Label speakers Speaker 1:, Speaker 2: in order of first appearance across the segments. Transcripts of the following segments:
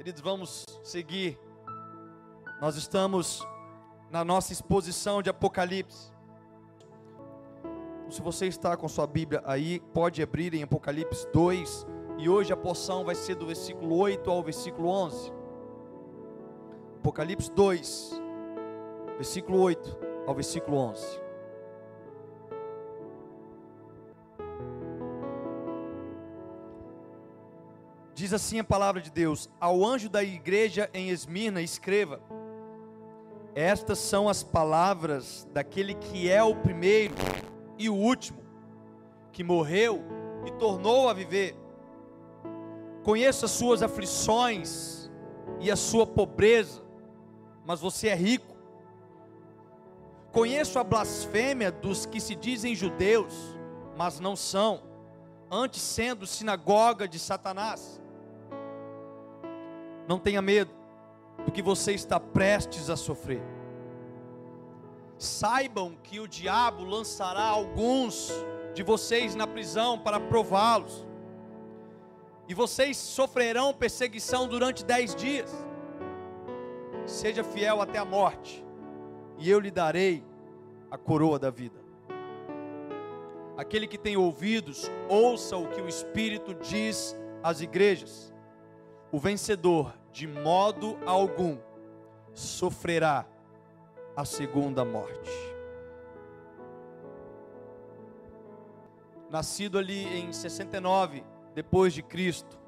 Speaker 1: Queridos, vamos seguir. Nós estamos na nossa exposição de Apocalipse. Se você está com sua Bíblia aí, pode abrir em Apocalipse 2. E hoje a porção vai ser do versículo 8 ao versículo 11. Apocalipse 2, versículo 8 ao versículo 11. Diz assim a palavra de Deus: ao anjo da igreja em Esmirna escreva: estas são as palavras daquele que é o primeiro e o último, que morreu e tornou a viver. Conheço as suas aflições e a sua pobreza, mas você é rico. Conheço a blasfêmia dos que se dizem judeus, mas não são, antes sendo sinagoga de Satanás. Não tenha medo do que você está prestes a sofrer. Saibam que o diabo lançará alguns de vocês na prisão para prová-los. E vocês sofrerão perseguição durante 10 dias. Seja fiel até a morte, e eu lhe darei a coroa da vida. Aquele que tem ouvidos, ouça o que o Espírito diz às igrejas. O vencedor, de modo algum, sofrerá a segunda morte. Nascido ali em 69 depois de Cristo,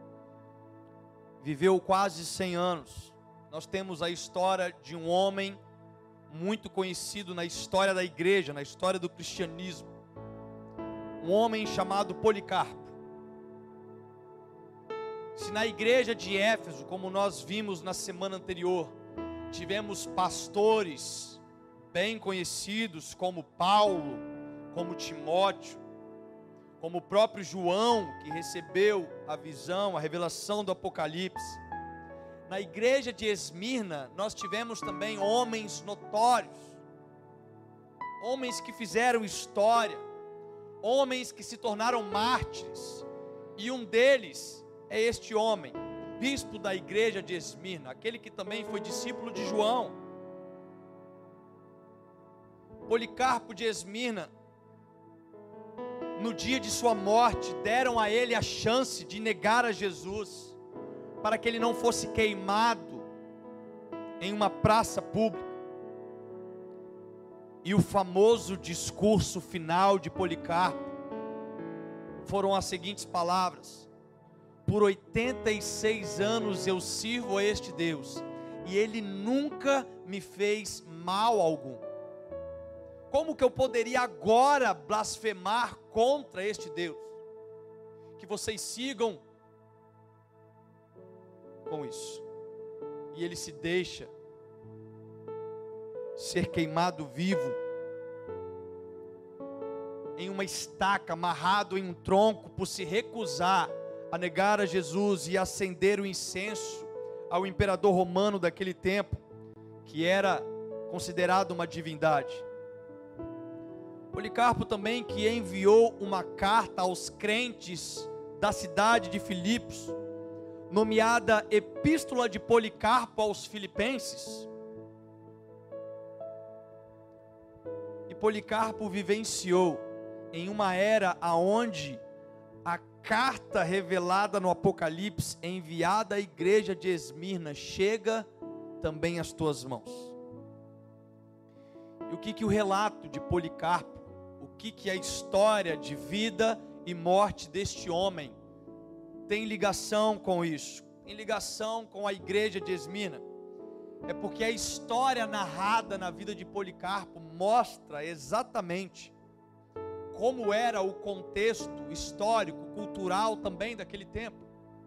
Speaker 1: viveu quase 100 anos. Nós temos a história de um homem muito conhecido na história da igreja, na história do cristianismo. Um homem chamado Policarpo. Se na igreja de Éfeso, como nós vimos na semana anterior, tivemos pastores bem conhecidos como Paulo, como Timóteo, como o próprio João, que recebeu a visão, a revelação do Apocalipse. Na igreja de Esmirna, nós tivemos também homens notórios, homens que fizeram história, homens que se tornaram mártires, e um deles é este homem, o bispo da igreja de Esmirna, aquele que também foi discípulo de João. Policarpo de Esmirna, no dia de sua morte, deram a ele a chance de negar a Jesus, para que ele não fosse queimado em uma praça pública. E o famoso discurso final de Policarpo foram as seguintes palavras: por 86 anos eu sirvo a este Deus, e Ele nunca me fez mal algum. Como que eu poderia agora blasfemar contra este Deus? Que vocês sigam com isso. E ele se deixa ser queimado vivo em uma estaca, amarrado em um tronco, por se recusar a negar a Jesus e acender o incenso ao imperador romano daquele tempo, que era considerado uma divindade. Policarpo também, que enviou uma carta aos crentes da cidade de Filipos, nomeada Epístola de Policarpo aos Filipenses. E Policarpo vivenciou em uma era aonde a carta revelada no Apocalipse, enviada à igreja de Esmirna, chega também às tuas mãos. E o que o relato de Policarpo, o que a história de vida e morte deste homem tem ligação com isso? Tem ligação com a igreja de Esmirna. É porque a história narrada na vida de Policarpo mostra exatamente como era o contexto histórico, cultural também daquele tempo.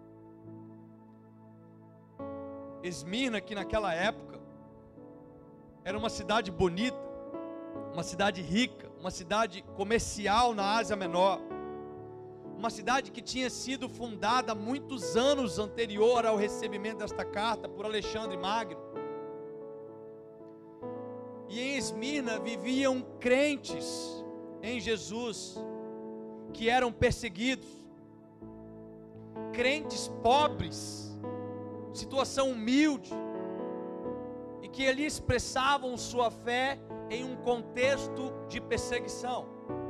Speaker 1: Esmirna, que naquela época era uma cidade bonita, uma cidade rica, uma cidade comercial na Ásia Menor, uma cidade que tinha sido fundada muitos anos anterior ao recebimento desta carta por Alexandre Magno. E em Esmirna viviam crentes em Jesus, que eram perseguidos, crentes pobres, situação humilde, e que ali expressavam sua fé em um contexto de perseguição.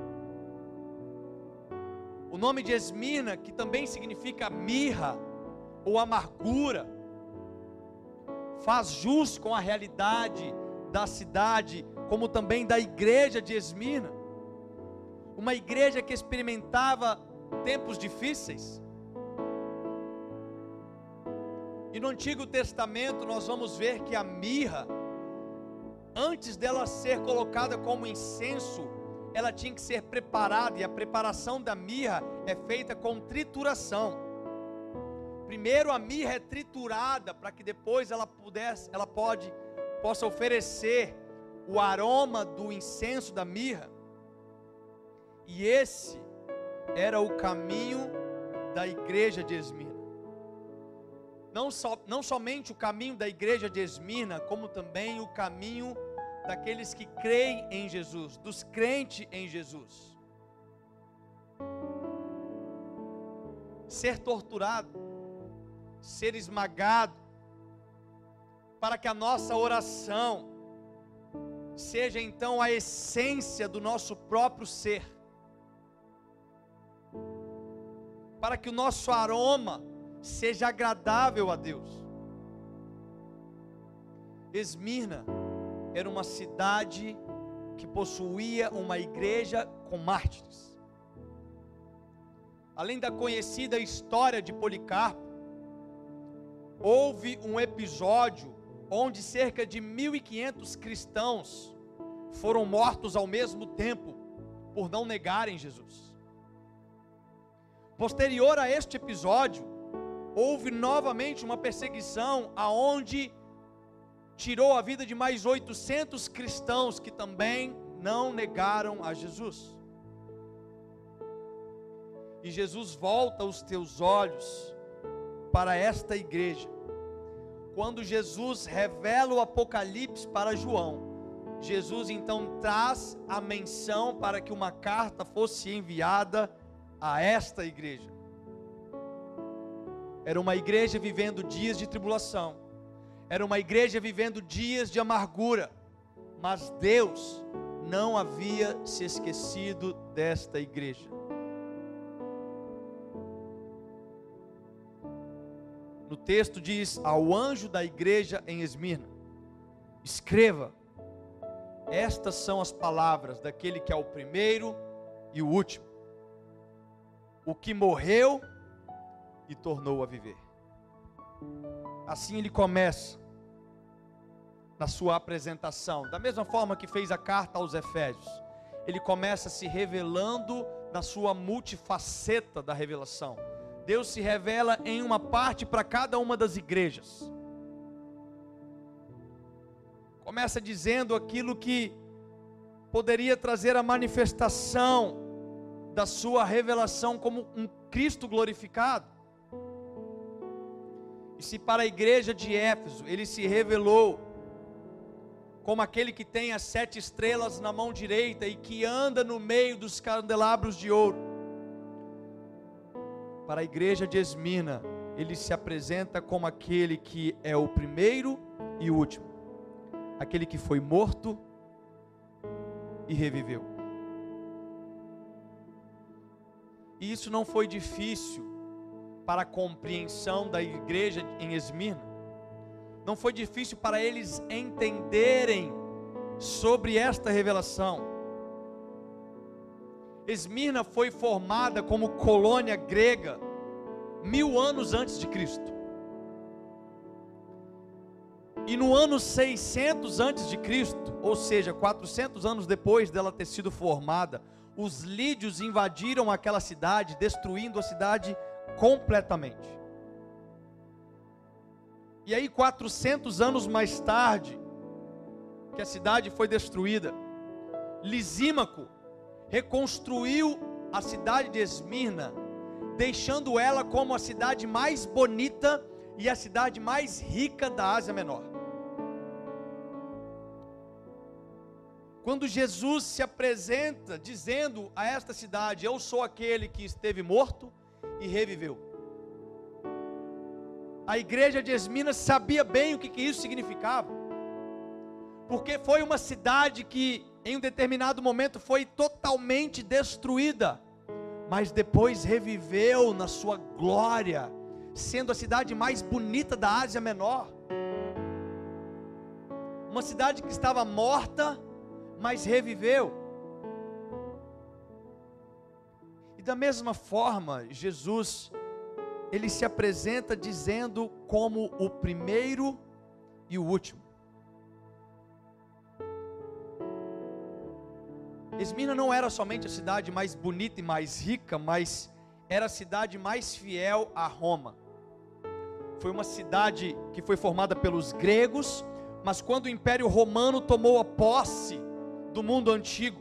Speaker 1: O nome de Esmirna, que também significa mirra ou amargura, faz jus com a realidade da cidade, como também da igreja de Esmirna, uma igreja que experimentava tempos difíceis. E no Antigo Testamento nós vamos ver que a mirra, antes dela ser colocada como incenso, ela tinha que ser preparada, e a preparação da mirra é feita com trituração. Primeiro a mirra é triturada para que depois ela possa oferecer o aroma do incenso da mirra. E esse era o caminho da igreja de Esmirna. Não somente o caminho da igreja de Esmirna, como também o caminho daqueles que creem em Jesus, dos crentes em Jesus. Ser torturado, ser esmagado, para que a nossa oração seja então a essência do nosso próprio ser, para que o nosso aroma seja agradável a Deus. Esmirna era uma cidade que possuía uma igreja com mártires. Além da conhecida história de Policarpo, houve um episódio onde cerca de 1.500 cristãos foram mortos ao mesmo tempo por não negarem Jesus. Posterior a este episódio, houve novamente uma perseguição aonde tirou a vida de mais 800 cristãos que também não negaram a Jesus. E Jesus volta os teus olhos para esta igreja. Quando Jesus revela o Apocalipse para João, Jesus então traz a menção para que uma carta fosse enviada a esta igreja. Era uma igreja vivendo dias de tribulação, era uma igreja vivendo dias de amargura, mas Deus não havia se esquecido desta igreja. No texto diz: ao anjo da igreja em Esmirna, escreva, estas são as palavras daquele que é o primeiro e o último, o que morreu e tornou a viver. Assim ele começa na sua apresentação, da mesma forma que fez a carta aos Efésios. Ele começa se revelando na sua multifaceta da revelação. Deus se revela em uma parte para cada uma das igrejas. Começa dizendo aquilo que poderia trazer a manifestação da sua revelação como um Cristo glorificado. E se para a igreja de Éfeso ele se revelou como aquele que tem as 7 estrelas na mão direita e que anda no meio dos candelabros de ouro, para a igreja de Esmirna ele se apresenta como aquele que é o primeiro e o último, aquele que foi morto e reviveu. E isso não foi difícil para a compreensão da igreja em Esmirna. Não foi difícil para eles entenderem sobre esta revelação. Esmirna foi formada como colônia grega 1000 anos antes de Cristo. E no ano 600 antes de Cristo, ou seja, 400 anos depois dela ter sido formada, os lídios invadiram aquela cidade, destruindo a cidade completamente. E aí 400 anos mais tarde, que a cidade foi destruída, Lisímaco reconstruiu a cidade de Esmirna, deixando ela como a cidade mais bonita e a cidade mais rica da Ásia Menor. Quando Jesus se apresenta dizendo a esta cidade: eu sou aquele que esteve morto e reviveu. A igreja de Esmina sabia bem o que isso significava, porque foi uma cidade que em um determinado momento foi totalmente destruída, mas depois reviveu na sua glória, sendo a cidade mais bonita da Ásia Menor. Uma cidade que estava morta, mas reviveu. E da mesma forma, Jesus, ele se apresenta dizendo como o primeiro e o último. Esmina não era somente a cidade mais bonita e mais rica, mas era a cidade mais fiel a Roma. Foi uma cidade que foi formada pelos gregos, mas quando o Império Romano tomou a posse do mundo antigo,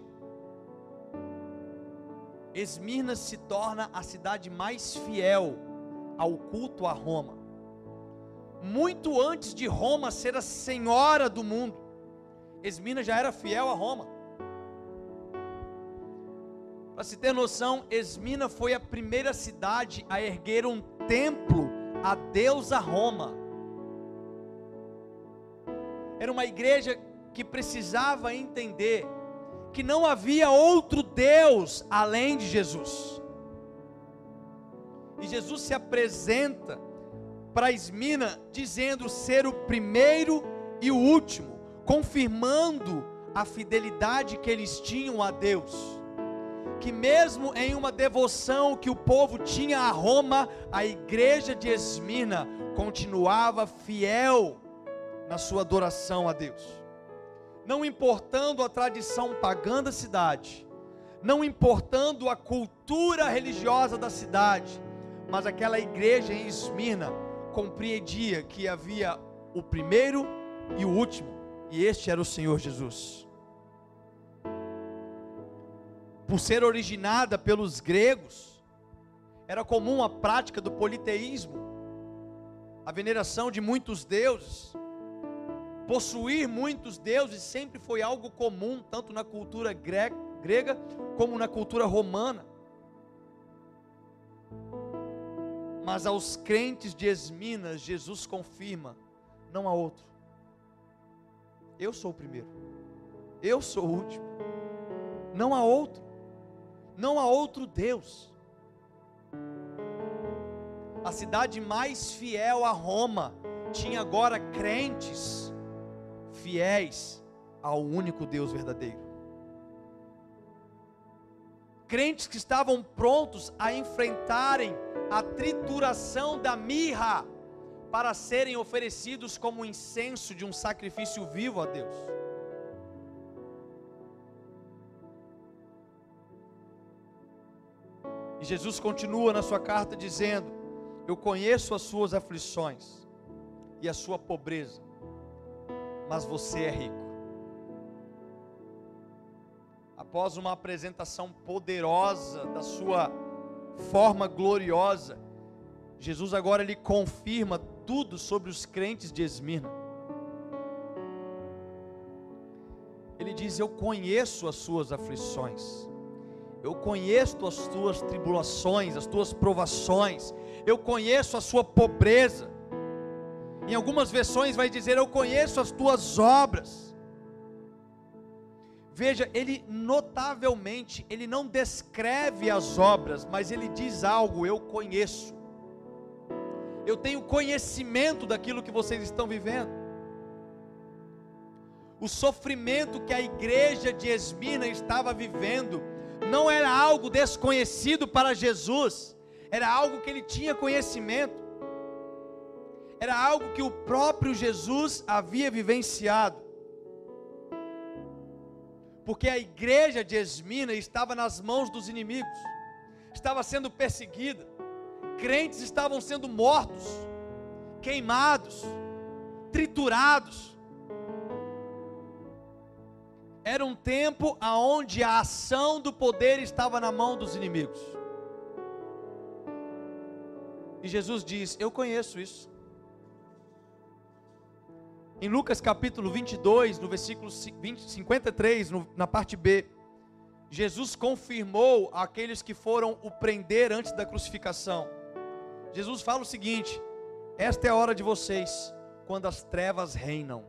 Speaker 1: Esmina se torna a cidade mais fiel ao culto a Roma. Muito antes de Roma ser a senhora do mundo, Esmina já era fiel a Roma. Para se ter noção, Esmina foi a primeira cidade a erguer um templo a deusa Roma. Era uma igreja que precisava entender que não havia outro Deus além de Jesus. E Jesus se apresenta para Esmina dizendo ser o primeiro e o último, confirmando a fidelidade que eles tinham a Deus. Que mesmo em uma devoção que o povo tinha a Roma, a igreja de Esmina continuava fiel na sua adoração a Deus. Não importando a tradição pagã da cidade, não importando a cultura religiosa da cidade, mas aquela igreja em Esmina compreendia que havia o primeiro e o último, e este era o Senhor Jesus. Por ser originada pelos gregos, era comum a prática do politeísmo, a veneração de muitos deuses. Possuir muitos deuses sempre foi algo comum, tanto na cultura grega como na cultura romana. Mas aos crentes de Esmina, Jesus confirma: não há outro. Eu sou o primeiro, eu sou o último, não há outro. Não há outro Deus. A cidade mais fiel a Roma tinha agora crentes fiéis ao único Deus verdadeiro. Crentes que estavam prontos a enfrentarem a trituração da mirra para serem oferecidos como incenso de um sacrifício vivo a Deus. E Jesus continua na sua carta dizendo: eu conheço as suas aflições e a sua pobreza, mas você é rico. Após uma apresentação poderosa da sua forma gloriosa, Jesus agora lhe confirma tudo sobre os crentes de Esmina. Ele diz: eu conheço as suas aflições, eu conheço as tuas tribulações, as tuas provações, eu conheço a sua pobreza. Em algumas versões vai dizer: eu conheço as tuas obras. Veja, ele notavelmente, ele não descreve as obras, mas ele diz algo: eu conheço. Eu tenho conhecimento daquilo que vocês estão vivendo. O sofrimento que a igreja de Esmina estava vivendo não era algo desconhecido para Jesus, era algo que ele tinha conhecimento, era algo que o próprio Jesus havia vivenciado, porque a igreja de Esmina estava nas mãos dos inimigos, estava sendo perseguida, crentes estavam sendo mortos, queimados, triturados. Era um tempo onde a ação do poder estava na mão dos inimigos. E Jesus diz: eu conheço isso. Em Lucas capítulo 22, no versículo 53, na parte B, Jesus confirmou aqueles que foram o prender antes da crucificação. Jesus fala o seguinte: esta é a hora de vocês, quando as trevas reinam.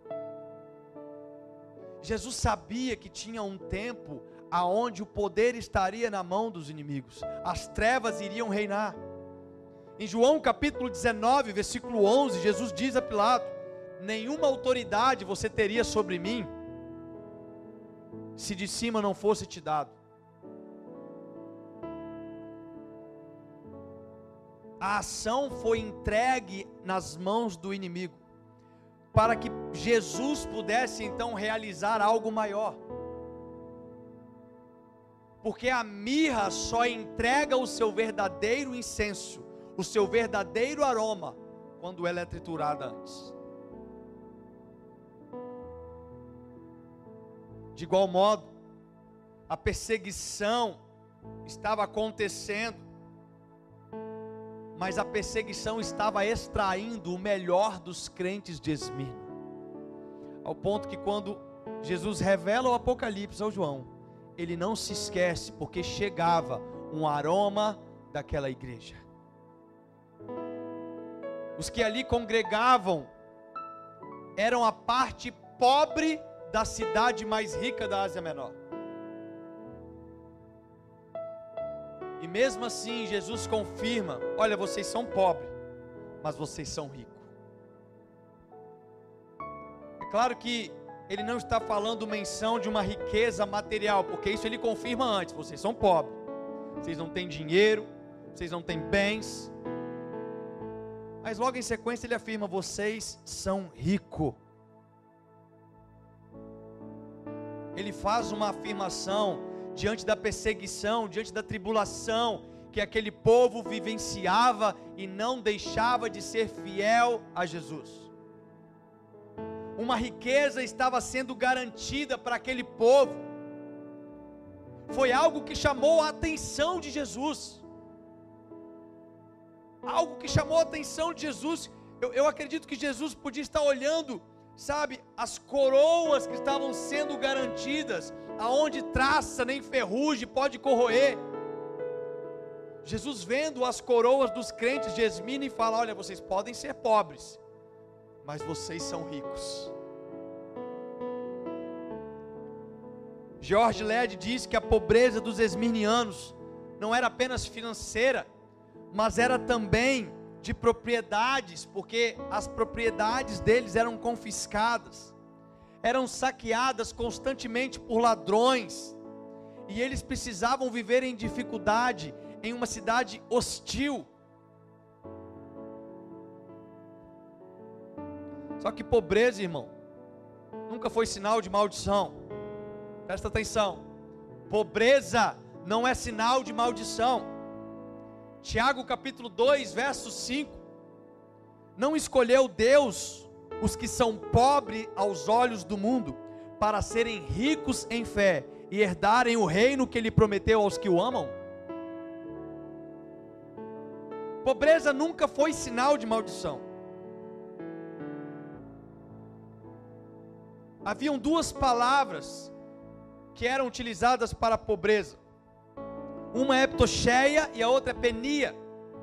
Speaker 1: Jesus sabia que tinha um tempo aonde o poder estaria na mão dos inimigos, as trevas iriam reinar. Em João capítulo 19, versículo 11, Jesus diz a Pilato: nenhuma autoridade você teria sobre mim, se de cima não fosse te dado. A ação foi entregue nas mãos do inimigo, para que Jesus pudesse então realizar algo maior. Porque a mirra só entrega o seu verdadeiro incenso, o seu verdadeiro aroma, quando ela é triturada antes. De igual modo, a perseguição estava acontecendo, mas a perseguição estava extraindo o melhor dos crentes de Esmirna, ao ponto que quando Jesus revela o Apocalipse ao João, ele não se esquece, porque chegava um aroma daquela igreja. Os que ali congregavam eram a parte pobre da cidade mais rica da Ásia Menor. E mesmo assim Jesus confirma: olha, vocês são pobres, mas vocês são ricos. É claro que ele não está falando menção de uma riqueza material, porque isso ele confirma antes: vocês são pobres, vocês não têm dinheiro, vocês não têm bens. Mas logo em sequência ele afirma: vocês são ricos. Ele faz uma afirmação diante da perseguição, diante da tribulação que aquele povo vivenciava e não deixava de ser fiel a Jesus. Uma riqueza estava sendo garantida para aquele povo. Foi algo que chamou a atenção de Jesus. Algo que chamou a atenção de Jesus. Eu acredito que Jesus podia estar olhando, sabe, as coroas que estavam sendo garantidas, aonde traça nem ferrugem pode corroer. Jesus vendo as coroas dos crentes de Esmirna e fala: olha, vocês podem ser pobres, mas vocês são ricos. George Led diz que a pobreza dos esmirnianos não era apenas financeira, mas era também de propriedades, porque as propriedades deles eram confiscadas, eram saqueadas constantemente por ladrões, e eles precisavam viver em dificuldade em uma cidade hostil. Só que pobreza, irmão, nunca foi sinal de maldição. Presta atenção: pobreza não é sinal de maldição. Tiago capítulo 2, verso 5: não escolheu Deus os que são pobres aos olhos do mundo, para serem ricos em fé e herdarem o reino que Ele prometeu aos que o amam? Pobreza nunca foi sinal de maldição. Haviam duas palavras que eram utilizadas para a pobreza. Uma é ptocheia e a outra é penia.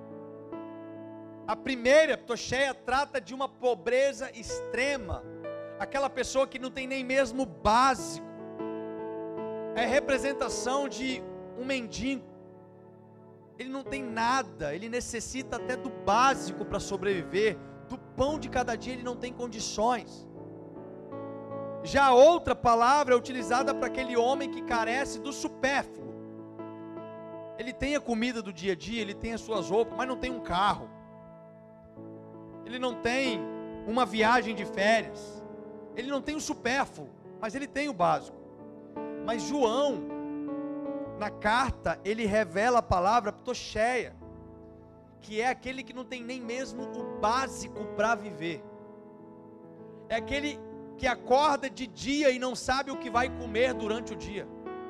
Speaker 1: A primeira, ptocheia, trata de uma pobreza extrema, aquela pessoa que não tem nem mesmo o básico. É representação de um mendigo. Ele não tem nada, ele necessita até do básico para sobreviver, do pão de cada dia ele não tem condições. Já a outra palavra é utilizada para aquele homem que carece do supérfluo. Ele tem a comida do dia a dia, ele tem as suas roupas, mas não tem um carro. Ele não tem uma viagem de férias. Ele não tem o supérfluo, mas ele tem o básico. Mas João, na carta, ele revela a palavra ptocheia, que é aquele que não tem nem mesmo o básico para viver. É aquele que acorda de dia e não sabe o que vai comer durante o dia.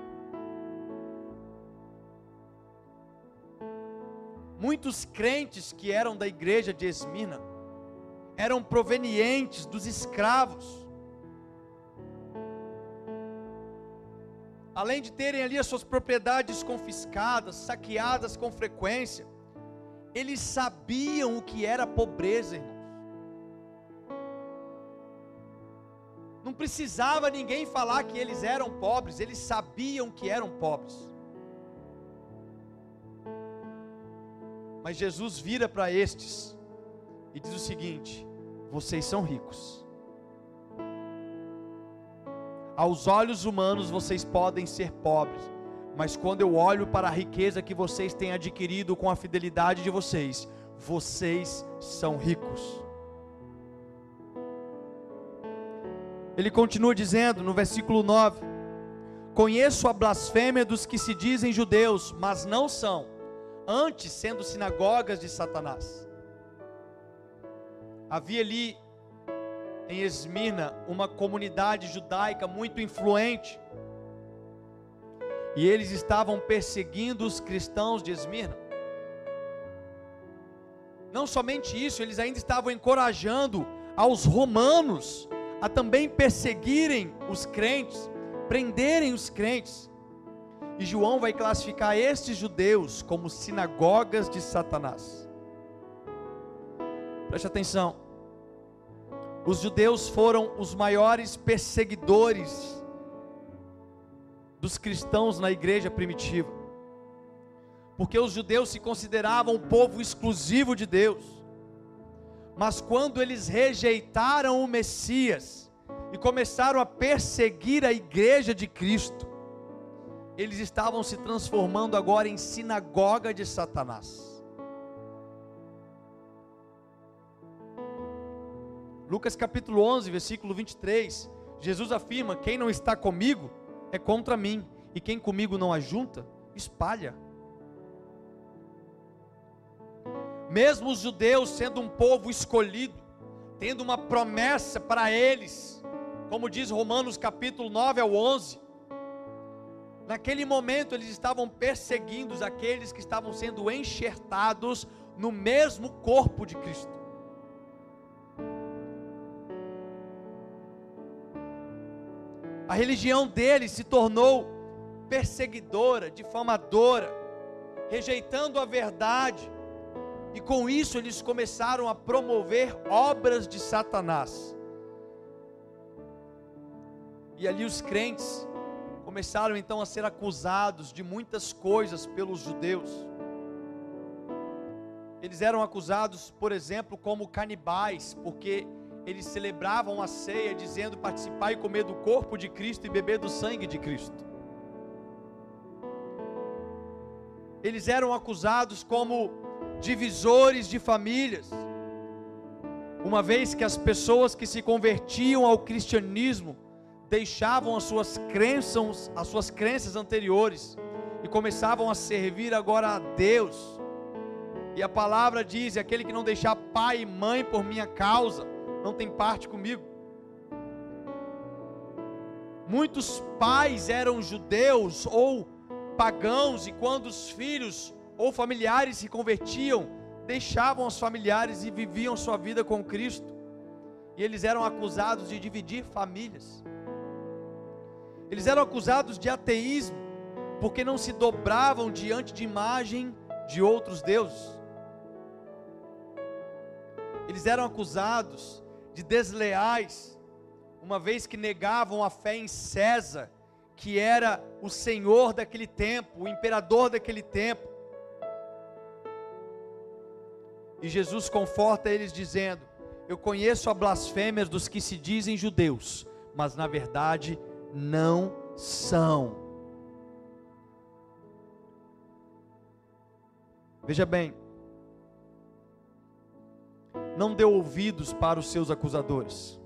Speaker 1: Muitos crentes que eram da igreja de Esmirna eram provenientes dos escravos. Além de terem ali as suas propriedades confiscadas, saqueadas com frequência, Eles sabiam o que era pobreza, irmãos. Não precisava ninguém falar que eles eram pobres, eles sabiam que eram pobres. Mas Jesus vira para estes e diz o seguinte: vocês são ricos. Aos olhos humanos vocês podem ser pobres, mas quando eu olho para a riqueza que vocês têm adquirido com a fidelidade de vocês, vocês são ricos. Ele continua dizendo no versículo 9: conheço a blasfêmia dos que se dizem judeus, mas não são, antes sendo sinagogas de Satanás. Havia ali em Esmirna uma comunidade judaica muito influente, e eles estavam perseguindo os cristãos de Esmirna. Não somente isso, eles ainda estavam encorajando aos romanos a também perseguirem os crentes, prenderem os crentes. E João vai classificar estes judeus como sinagogas de Satanás. Preste atenção. Os judeus foram os maiores perseguidores dos cristãos na igreja primitiva, porque os judeus se consideravam um povo exclusivo de Deus. Mas quando eles rejeitaram o Messias e começaram a perseguir a igreja de Cristo, eles estavam se transformando agora em sinagoga de Satanás. Lucas capítulo 11, versículo 23, Jesus afirma: quem não está comigo é contra mim, e quem comigo não ajunta, espalha. Mesmo os judeus sendo um povo escolhido, tendo uma promessa para eles, como diz Romanos capítulo 9 ao 11, naquele momento eles estavam perseguindo aqueles que estavam sendo enxertados no mesmo corpo de Cristo. A religião deles se tornou perseguidora, difamadora, rejeitando a verdade. E com isso eles começaram a promover obras de Satanás. E ali os crentes começaram então a ser acusados de muitas coisas pelos judeus. Eles eram acusados, por exemplo, como canibais, porque eles celebravam a ceia dizendo: participar e comer do corpo de Cristo e beber do sangue de Cristo. Eles eram acusados como divisores de famílias, uma vez que as pessoas que se convertiam ao cristianismo deixavam as suas crenças anteriores e começavam a servir agora a Deus. E a palavra diz: aquele que não deixar pai e mãe por minha causa não tem parte comigo. Muitos pais eram judeus ou pagãos, e quando os filhos ou familiares se convertiam, deixavam os familiares e viviam sua vida com Cristo, e eles eram acusados de dividir famílias. Eles eram acusados de ateísmo, porque não se dobravam diante de imagem de outros deuses. Eles eram acusados de desleais, uma vez que negavam a fé em César, que era o senhor daquele tempo, o imperador daquele tempo. E Jesus conforta eles dizendo: eu conheço a blasfêmia dos que se dizem judeus, mas na verdade não são. Veja bem, não dê ouvidos para os seus acusadores.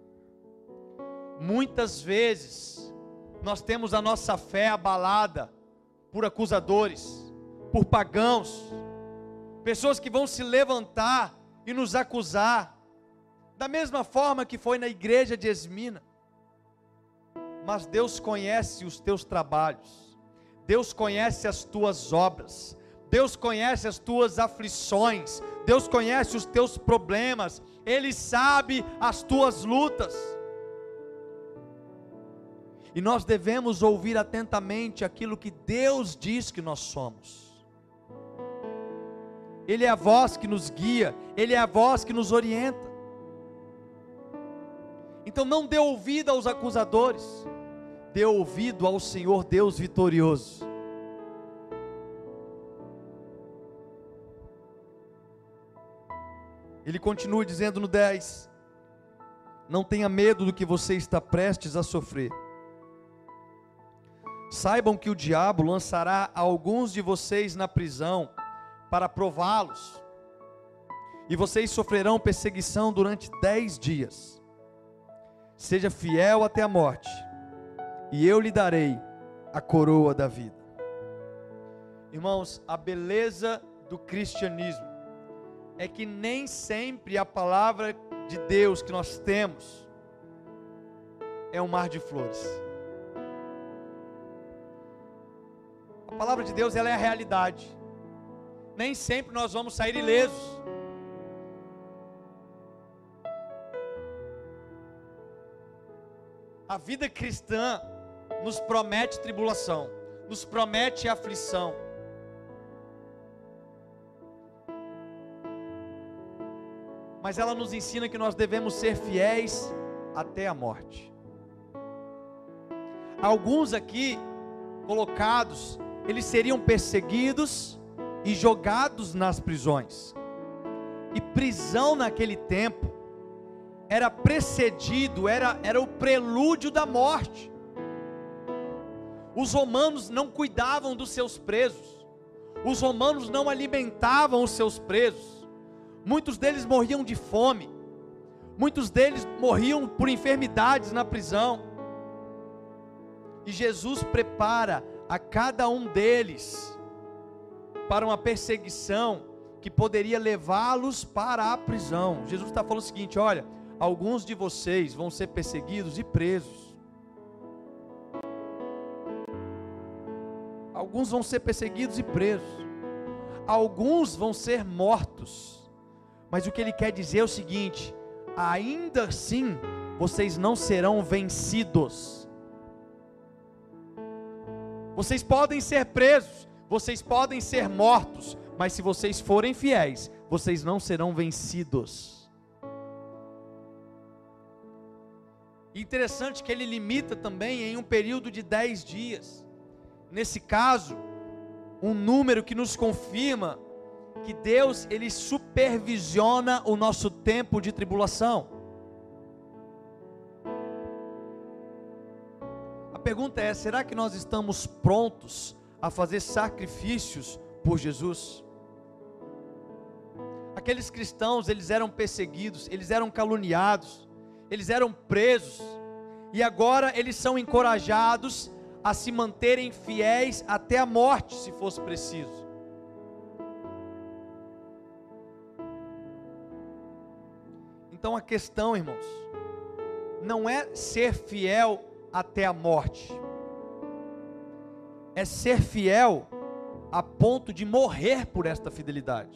Speaker 1: Muitas vezes nós temos a nossa fé abalada por acusadores, por pagãos, pessoas que vão se levantar e nos acusar, da mesma forma que foi na igreja de Esmirna. Mas Deus conhece os teus trabalhos, Deus conhece as tuas obras, Deus conhece as tuas aflições, Deus conhece os teus problemas, Ele sabe as tuas lutas. E nós devemos ouvir atentamente aquilo que Deus diz que nós somos. Ele é a voz que nos guia, Ele é a voz que nos orienta. Então não dê ouvido aos acusadores, dê ouvido ao Senhor Deus vitorioso. Ele continua dizendo no 10: não tenha medo do que você está prestes a sofrer. Saibam que o diabo lançará alguns de vocês na prisão para prová-los, e vocês sofrerão perseguição durante 10 dias. Seja fiel até a morte, e eu lhe darei a coroa da vida. Irmãos, a beleza do cristianismo é que nem sempre a palavra de Deus que nós temos é um mar de flores. A palavra de Deus, ela é a realidade. Nem sempre nós vamos sair ilesos. A vida cristã nos promete tribulação, nos promete aflição. Mas ela nos ensina que nós devemos ser fiéis até a morte. Alguns aqui colocados, eles seriam perseguidos e jogados nas prisões. E prisão naquele tempo era precedido, era o prelúdio da morte. Os romanos não cuidavam dos seus presos, os romanos não alimentavam os seus presos. Muitos deles morriam de fome, muitos deles morriam por enfermidades na prisão. E Jesus prepara a cada um deles para uma perseguição que poderia levá-los para a prisão. Jesus está falando o seguinte: olha, alguns de vocês vão ser perseguidos e presos. Alguns vão ser perseguidos e presos. Alguns vão ser mortos. Mas o que ele quer dizer é o seguinte: ainda assim, vocês não serão vencidos. Vocês podem ser presos, vocês podem ser mortos, mas se vocês forem fiéis, vocês não serão vencidos. Interessante que ele limita também em um período de 10 dias. Nesse caso, um número que nos confirma que Deus, Ele supervisiona o nosso tempo de tribulação. A pergunta é: será que nós estamos prontos a fazer sacrifícios por Jesus? Aqueles cristãos, eles eram perseguidos, eles eram caluniados, eles eram presos, e agora eles são encorajados a se manterem fiéis até a morte, se fosse preciso. Então a questão, irmãos, não é ser fiel até a morte, é ser fiel a ponto de morrer por esta fidelidade.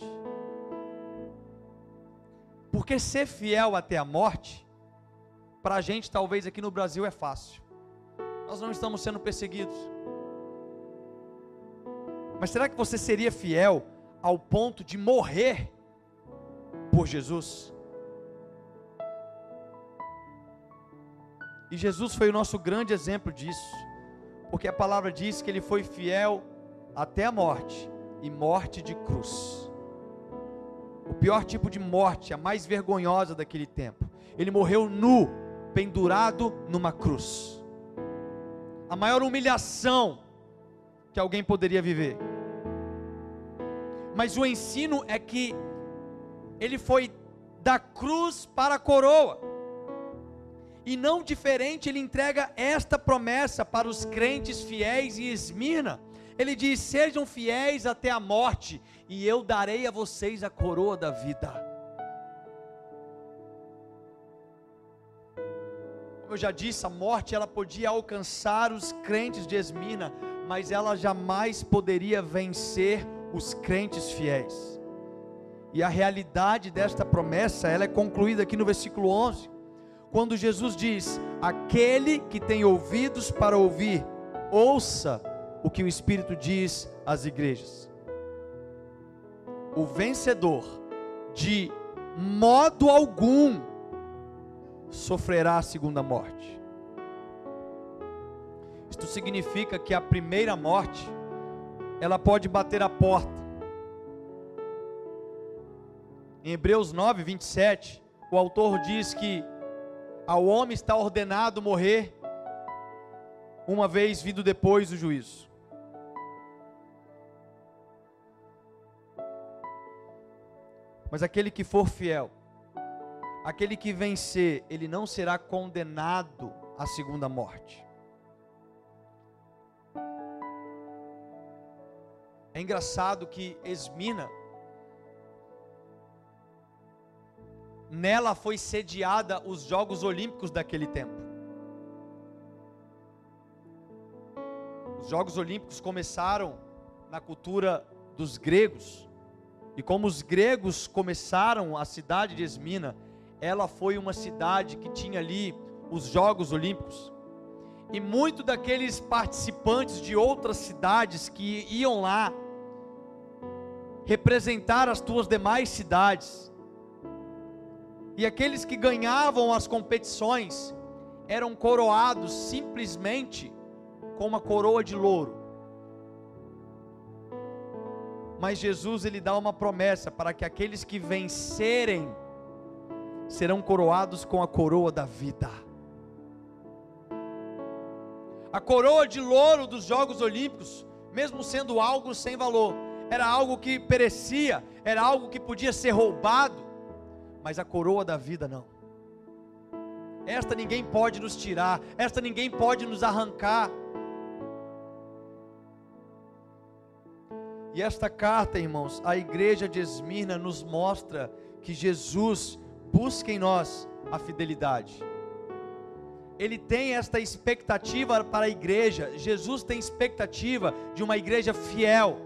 Speaker 1: Porque ser fiel até a morte, para a gente talvez aqui no Brasil é fácil, nós não estamos sendo perseguidos. Mas será que você seria fiel ao ponto de morrer por Jesus? E Jesus foi o nosso grande exemplo disso, porque a palavra diz que Ele foi fiel até a morte, e morte de cruz. O pior tipo de morte, a mais vergonhosa daquele tempo. Ele morreu nu, pendurado numa cruz. A maior humilhação que alguém poderia viver. Mas o ensino é que Ele foi da cruz para a coroa. E não diferente, Ele entrega esta promessa para os crentes fiéis em Esmirna. Ele diz: sejam fiéis até a morte, e eu darei a vocês a coroa da vida. Como eu já disse, a morte ela podia alcançar os crentes de Esmirna, mas ela jamais poderia vencer os crentes fiéis. E a realidade desta promessa, ela é concluída aqui no versículo 11, quando Jesus diz: aquele que tem ouvidos para ouvir, ouça o que o Espírito diz às igrejas. o vencedor, de modo algum sofrerá a segunda morte. Isto significa que a primeira morte, ela pode bater a porta. Em Hebreus 9, 27, o autor diz que ao homem está ordenado morrer uma vez vindo depois do juízo. Mas aquele que for fiel, aquele que vencer, ele não será condenado à segunda morte. É engraçado que Esmina, nela foi sediada os Jogos Olímpicos daquele tempo. Os Jogos Olímpicos começaram na cultura dos gregos. E como os gregos começaram a cidade de Esmina, ela foi uma cidade que tinha ali os Jogos Olímpicos. E muitos daqueles participantes de outras cidades que iam lá representar as suas demais cidades, e aqueles que ganhavam as competições eram coroados simplesmente com uma coroa de louro. Mas Jesus, ele dá uma promessa para que aqueles que vencerem serão coroados com a coroa da vida. A coroa de louro dos Jogos Olímpicos, mesmo sendo algo sem valor, era algo que perecia, era algo que podia ser roubado, mas a coroa da vida não. Esta ninguém pode nos tirar, esta ninguém pode nos arrancar. E esta carta, irmãos, a igreja de Esmirna nos mostra que Jesus busca em nós a fidelidade. Ele tem esta expectativa para a igreja. Jesus tem expectativa de uma igreja fiel.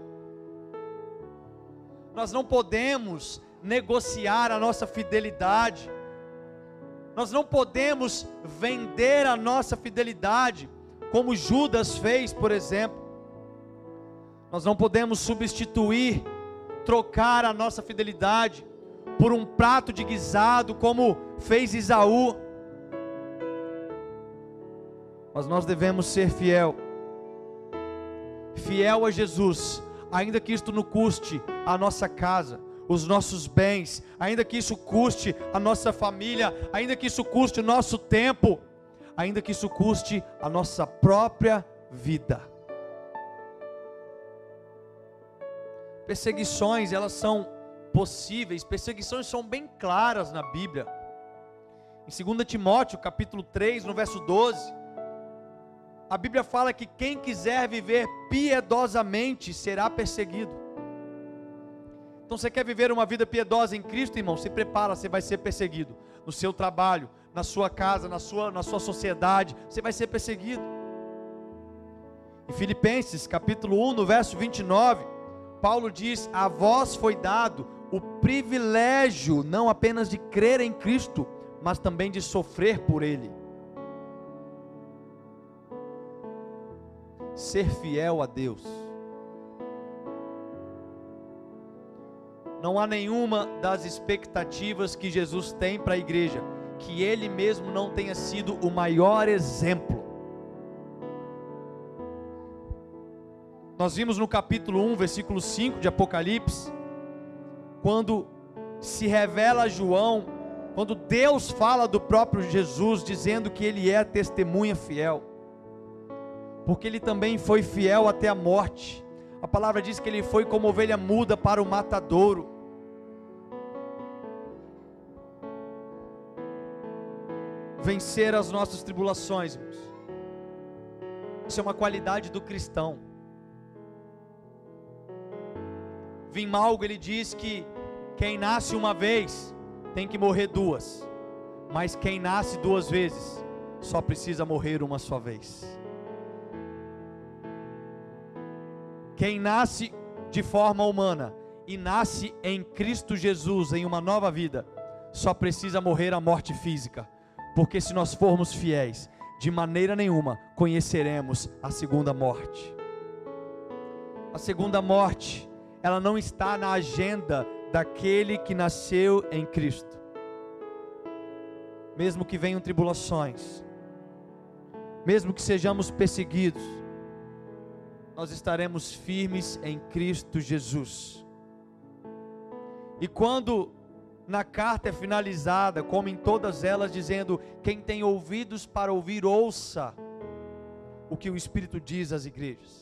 Speaker 1: Nós não podemos negociar a nossa fidelidade. Nós não podemos vender a nossa fidelidade, como Judas fez, por exemplo. Nós não podemos substituir, trocar a nossa fidelidade por um prato de guisado, como fez Esaú. Mas nós devemos ser fiel a Jesus, ainda que isto nos custe a nossa casa, os nossos bens, ainda que isso custe a nossa família, ainda que isso custe o nosso tempo, ainda que isso custe a nossa própria vida. Perseguições, elas são possíveis, perseguições são bem claras na Bíblia. Em 2 Timóteo, capítulo 3, no verso 12, a Bíblia fala que quem quiser viver piedosamente será perseguido. Então você quer viver uma vida piedosa em Cristo, irmão? Se prepara, você vai ser perseguido. No seu trabalho, na sua casa, na sua sociedade, você vai ser perseguido. Em Filipenses, capítulo 1, no verso 29, Paulo diz: a vós foi dado o privilégio, não apenas de crer em Cristo, mas também de sofrer por Ele. Ser fiel a Deus. Não há nenhuma das expectativas que Jesus tem para a igreja que Ele mesmo não tenha sido o maior exemplo. Nós vimos no capítulo 1, versículo 5 de Apocalipse, quando se revela a João, quando Deus fala do próprio Jesus, dizendo que Ele é a testemunha fiel, porque Ele também foi fiel até a morte. A palavra diz que Ele foi como ovelha muda para o matadouro. Vencer as nossas tribulações, irmãos, isso é uma qualidade do cristão. Vimalgo, ele diz que quem nasce uma vez tem que morrer duas, mas quem nasce duas vezes só precisa morrer uma só vez. Quem nasce de forma humana e nasce em Cristo Jesus, em uma nova vida, só precisa morrer a morte física, porque se nós formos fiéis, de maneira nenhuma conheceremos a segunda morte. A segunda morte ela não está na agenda daquele que nasceu em Cristo. Mesmo que venham tribulações, mesmo que sejamos perseguidos, nós estaremos firmes em Cristo Jesus. E quando na carta é finalizada, como em todas elas, dizendo: quem tem ouvidos para ouvir, ouça o que o Espírito diz às igrejas.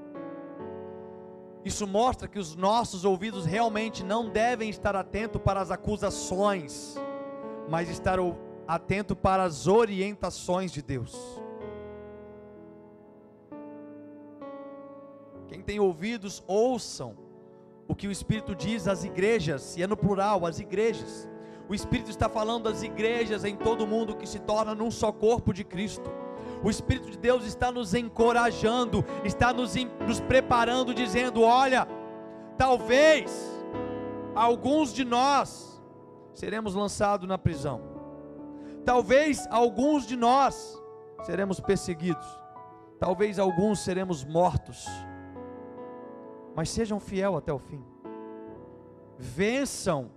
Speaker 1: Isso mostra que os nossos ouvidos realmente não devem estar atentos para as acusações, mas estar atento para as orientações de Deus. Quem tem ouvidos, ouçam o que o Espírito diz às igrejas, e é no plural, as igrejas. O Espírito está falando às igrejas em todo o mundo que se torna num só corpo de Cristo. O Espírito de Deus está nos encorajando, está nos preparando, dizendo: olha, talvez alguns de nós seremos lançados na prisão, talvez alguns de nós seremos perseguidos, talvez alguns seremos mortos, mas sejam fiel até o fim. Vençam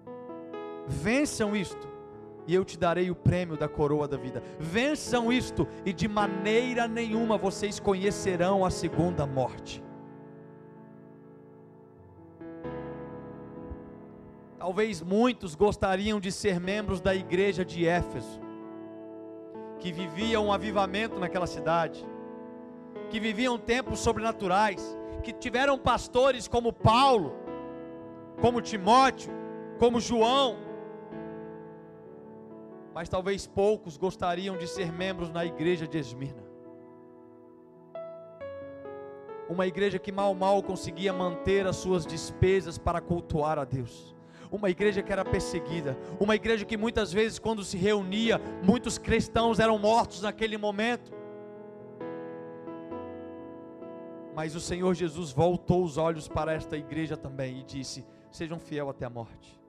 Speaker 1: isto, e eu te darei o prêmio da coroa da vida. Vençam isto, e de maneira nenhuma vocês conhecerão a segunda morte. Talvez muitos gostariam de ser membros da igreja de Éfeso, que vivia um avivamento naquela cidade, que viviam tempos sobrenaturais, que tiveram pastores como Paulo, como Timóteo, como João, mas talvez poucos gostariam de ser membros na igreja de Esmirna, uma igreja que mal conseguia manter as suas despesas para cultuar a Deus, uma igreja que era perseguida, uma igreja que muitas vezes, quando se reunia, muitos cristãos eram mortos naquele momento. Mas o Senhor Jesus voltou os olhos para esta igreja também e disse: sejam fiel até a morte.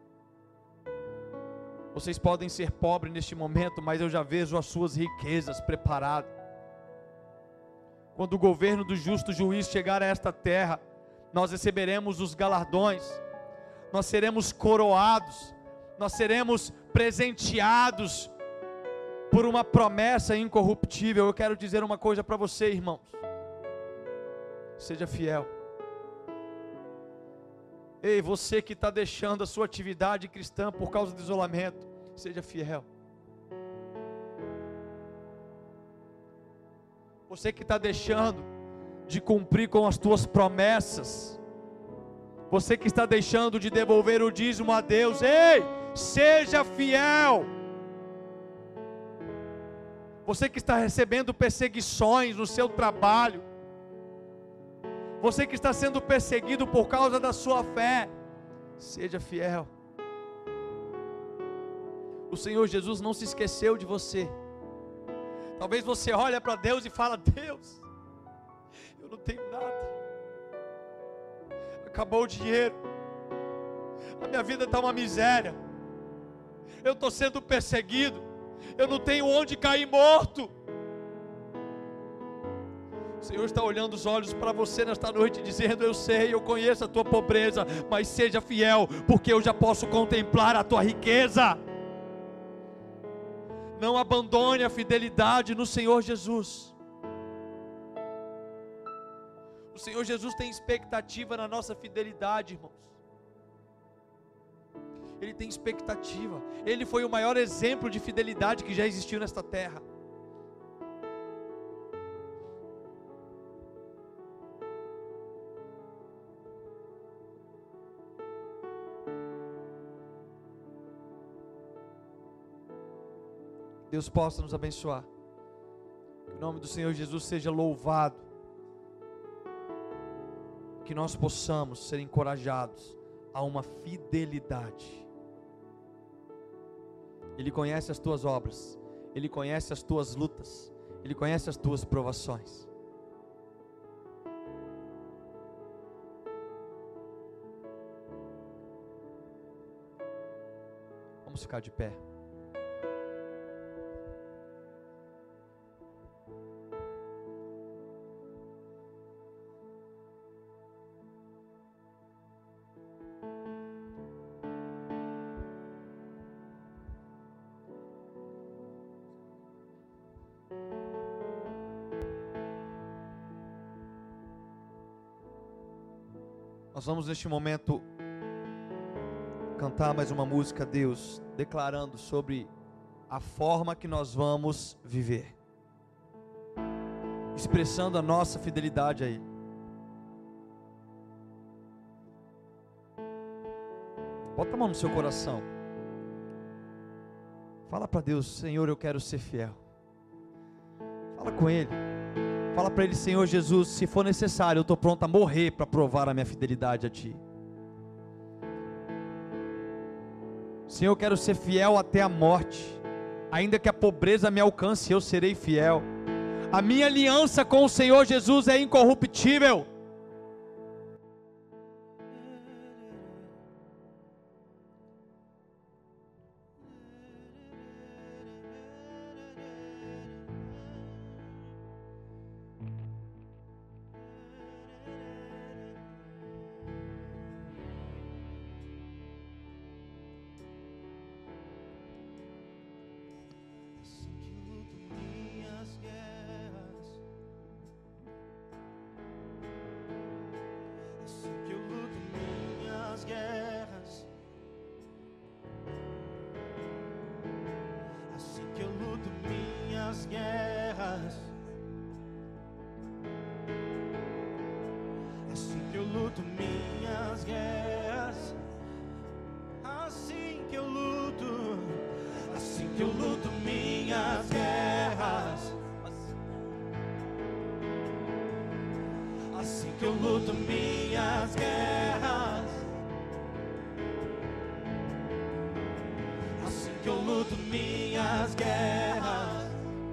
Speaker 1: Vocês podem ser pobres neste momento, mas eu já vejo as suas riquezas preparadas. Quando o governo do justo juiz chegar a esta terra, nós receberemos os galardões, nós seremos coroados, nós seremos presenteados por uma promessa incorruptível. Eu quero dizer uma coisa para você, irmãos: seja fiel. Ei, você que está deixando a sua atividade cristã por causa do isolamento, seja fiel. Você que está deixando de cumprir com as tuas promessas, você que está deixando de devolver o dízimo a Deus, ei, seja fiel. Você que está recebendo perseguições no seu trabalho, você que está sendo perseguido por causa da sua fé, seja fiel. O Senhor Jesus não se esqueceu de você. Talvez você olhe para Deus e fala: Deus, eu não tenho nada, acabou o dinheiro, a minha vida está uma miséria, eu estou sendo perseguido, eu não tenho onde cair morto. O Senhor está olhando os olhos para você nesta noite, dizendo: eu sei, eu conheço a tua pobreza, mas seja fiel, porque eu já posso contemplar a tua riqueza. Não abandone a fidelidade no Senhor Jesus. O Senhor Jesus tem expectativa na nossa fidelidade, irmãos. Ele tem expectativa. Ele foi o maior exemplo de fidelidade que já existiu nesta terra. Deus possa nos abençoar. Que o nome do Senhor Jesus seja louvado. Que nós possamos ser encorajados a uma fidelidade. Ele conhece as tuas obras, Ele conhece as tuas lutas, Ele conhece as tuas provações. Vamos ficar de pé. Nós vamos neste momento cantar mais uma música a Deus, declarando sobre a forma que nós vamos viver, expressando a nossa fidelidade a Ele. Bota a mão no seu coração. Fala para Deus: Senhor, eu quero ser fiel. Fala com Ele. Fala para Ele: Senhor Jesus, se for necessário, eu estou pronto a morrer para provar a minha fidelidade a Ti. Senhor, eu quero ser fiel até a morte. Ainda que a pobreza me alcance, eu serei fiel. A minha aliança com o Senhor Jesus é incorruptível.
Speaker 2: Assim que eu luto minhas guerras, assim que eu luto minhas guerras, assim que eu luto minhas guerras, assim que eu luto minhas guerras,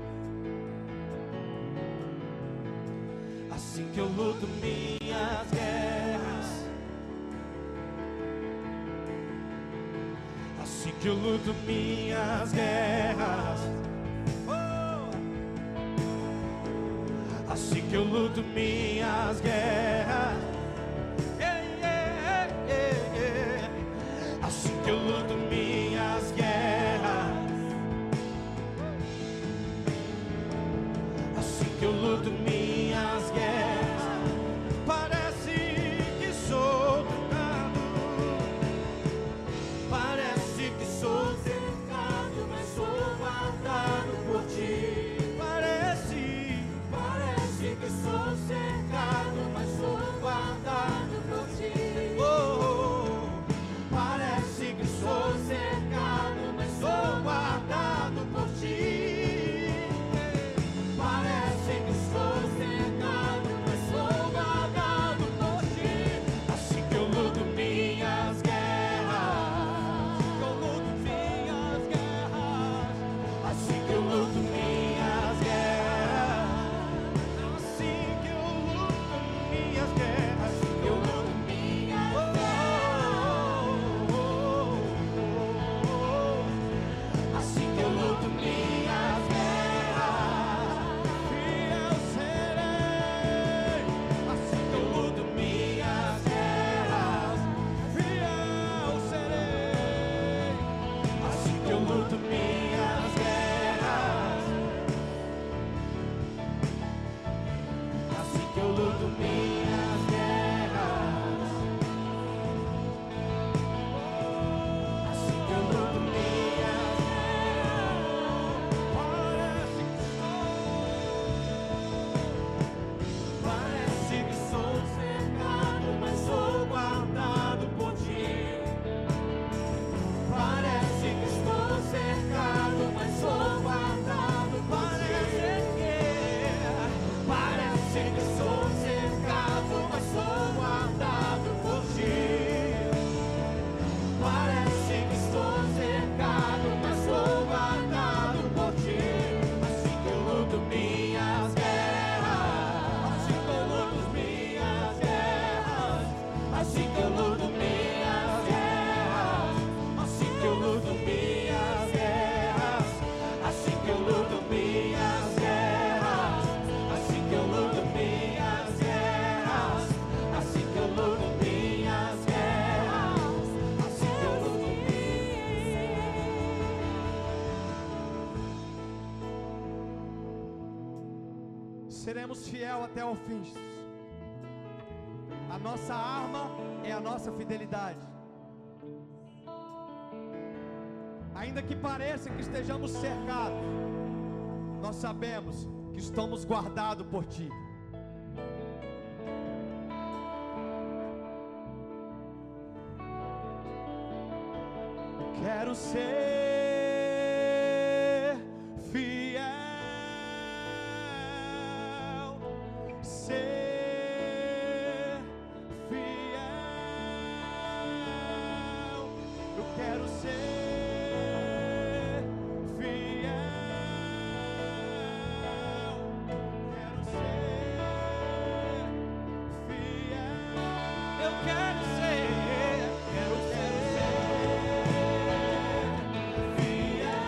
Speaker 2: assim que eu luto minhas guerras, assim que eu luto minhas guerras, assim que eu luto minhas guerras, assim que eu luto minhas guerras, assim que eu luto minhas guerras. Parece que sou tocado, parece que sou cercado, mas sou guardado por Ti. Parece que sou cercado, mas sou guardado por Ti. Parece que sou cercado, mas sou guardado por Ti. Parece que sou cercado, mas sou guardado por Ti. Assim que eu luto minhas guerras, assim que eu luto minhas guerras, assim que eu luto minhas guerras, assim que eu luto minhas guerras, assim que eu luto minhas guerras, fiel serei. Assim que eu luto minhas guerras, fiel serei. Assim que eu luto minhas guerras, assim que eu luto minhas guerras, assim que eu luto minhas guerras. Parece que sou cercado, mas sou guardado por Ti. Parece que estou cercado, mas sou guardado por Ti. Parece que sou cercado, mas sou guardado por Ti. Parece que estou cercado, mas sou guardado por Ti. Assim que eu luto minhas guerras, assim que eu luto minhas guerras, assim que eu luto minhas guerras, assim que eu luto minhas guerras, assim que eu luto minhas guerras, assim que eu luto minhas guerras, assim que eu luto minhas guerras, assim que eu luto
Speaker 1: Seremos fiel até o fim, Jesus. A nossa arma é a nossa fidelidade. Ainda que pareça que estejamos cercados, nós sabemos que estamos guardados por Ti. Quero ser fiel, ser fiel. Eu quero ser fiel. Quero ser fiel. Eu quero ser. Quero ser fiel.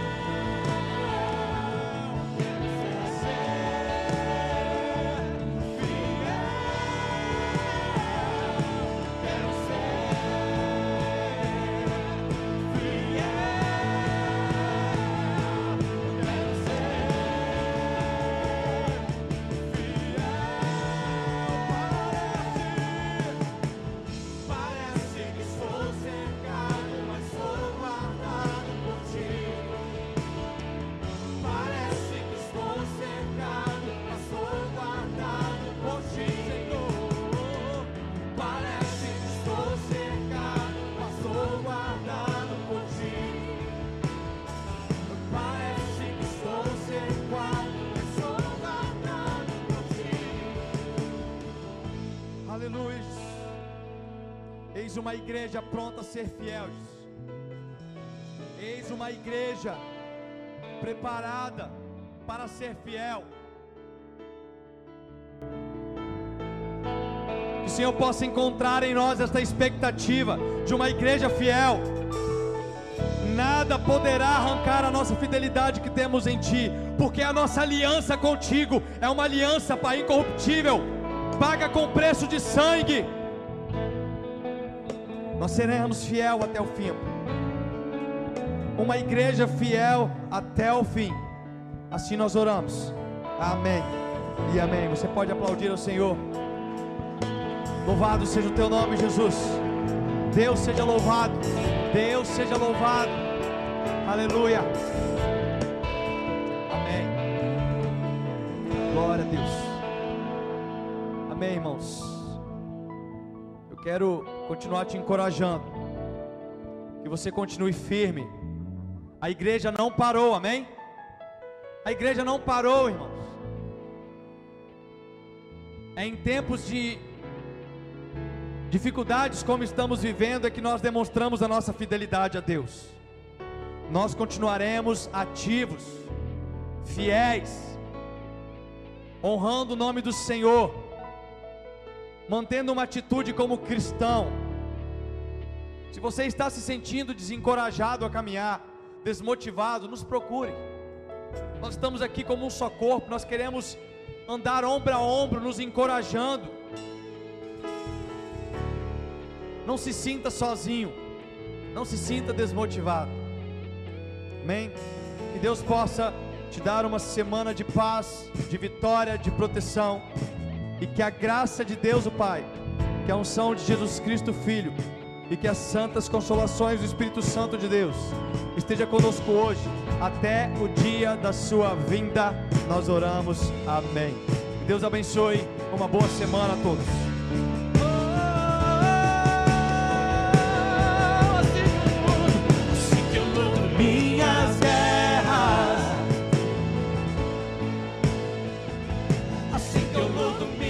Speaker 1: Quero ser fiel. Quero Parece que estou cercado, mas sou guardado por Ti. Parece que estou cercado, mas sou guardado por Ti, Senhor. Parece que estou cercado, mas sou guardado por Ti. Parece que estou cercado, mas sou guardado por Ti. Aleluia. Eis uma igreja pronta a ser fiel. Eis uma igreja preparada para ser fiel. Que o Senhor possa encontrar em nós esta expectativa de uma igreja fiel. Nada poderá arrancar a nossa fidelidade que temos em Ti, porque a nossa aliança contigo é uma aliança, Pai, incorruptível, paga com preço de sangue. Nós seremos fiel até o fim. Uma igreja fiel até o fim. Assim nós oramos. Amém e amém. Você pode aplaudir ao Senhor. Louvado seja o Teu nome, Jesus. Deus seja louvado. Deus seja louvado. Aleluia. Amém. Glória a Deus. Amém, irmãos. Eu quero continuar te encorajando, que você continue firme. A igreja não parou, amém? A igreja não parou, irmãos. É em tempos de dificuldades como estamos vivendo é que nós demonstramos a nossa fidelidade a Deus. Nós continuaremos ativos, fiéis, honrando o nome do Senhor, mantendo uma atitude como cristão. Se você está se sentindo desencorajado a caminhar, desmotivado, nos procure. Nós estamos aqui como um só corpo, nós queremos andar ombro a ombro, nos encorajando. Não se sinta sozinho, não se sinta desmotivado. Amém? Que Deus possa te dar uma semana de paz, de vitória, de proteção. E que a graça de Deus o Pai, que a unção de Jesus Cristo Filho, e que as santas consolações do Espírito Santo de Deus esteja conosco hoje, até o dia da sua vinda. Nós oramos, amém. Que Deus abençoe, uma boa semana a todos.
Speaker 2: Assim que eu luto minhas guerras, assim que eu luto